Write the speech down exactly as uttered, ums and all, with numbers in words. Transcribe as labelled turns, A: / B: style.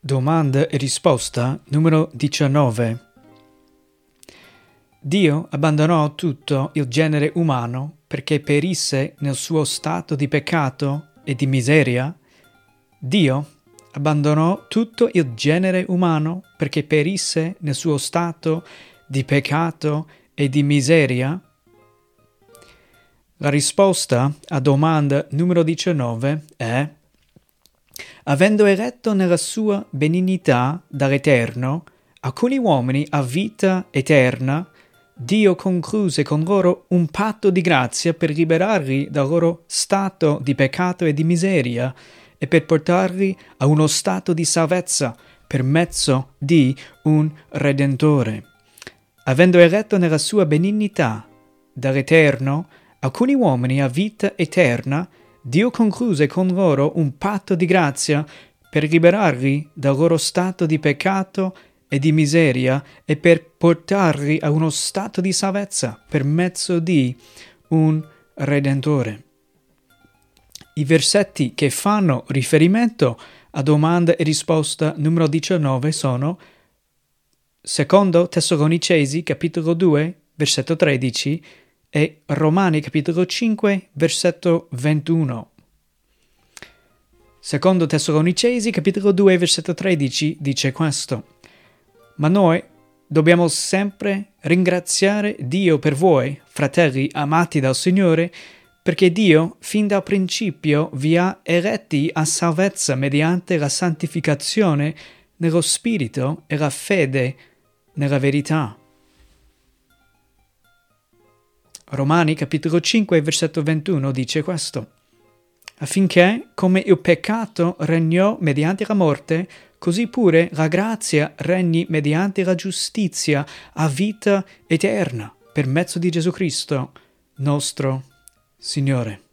A: Domanda e risposta numero diciannove. Dio abbandonò tutto il genere umano perché perisse nel suo stato di peccato e di miseria? Dio abbandonò tutto il genere umano perché perisse nel suo stato di peccato e di miseria? La risposta a domanda numero diciannove è: avendo eretto nella sua benignità dall'Eterno alcuni uomini a vita eterna, Dio concluse con loro un patto di grazia per liberarli dal loro stato di peccato e di miseria e per portarli a uno stato di salvezza per mezzo di un Redentore. Avendo eretto nella sua benignità dall'Eterno alcuni uomini a vita eterna, Dio concluse con loro un patto di grazia per liberarli dal loro stato di peccato e di miseria e per portarli a uno stato di salvezza per mezzo di un Redentore. I versetti che fanno riferimento a domanda e risposta numero diciannove sono Secondo Tessalonicesi capitolo due versetto tredici e Romani capitolo cinque versetto ventuno. Secondo Tessalonicesi capitolo due versetto tredici dice questo: ma noi dobbiamo sempre ringraziare Dio per voi, fratelli amati dal Signore, perché Dio fin dal principio vi ha eletti a salvezza mediante la santificazione nello Spirito e la fede nella verità. Romani capitolo cinque versetto ventuno dice questo: affinché, come il peccato regnò mediante la morte, così pure la grazia regni mediante la giustizia a vita eterna, per mezzo di Gesù Cristo, nostro Signore.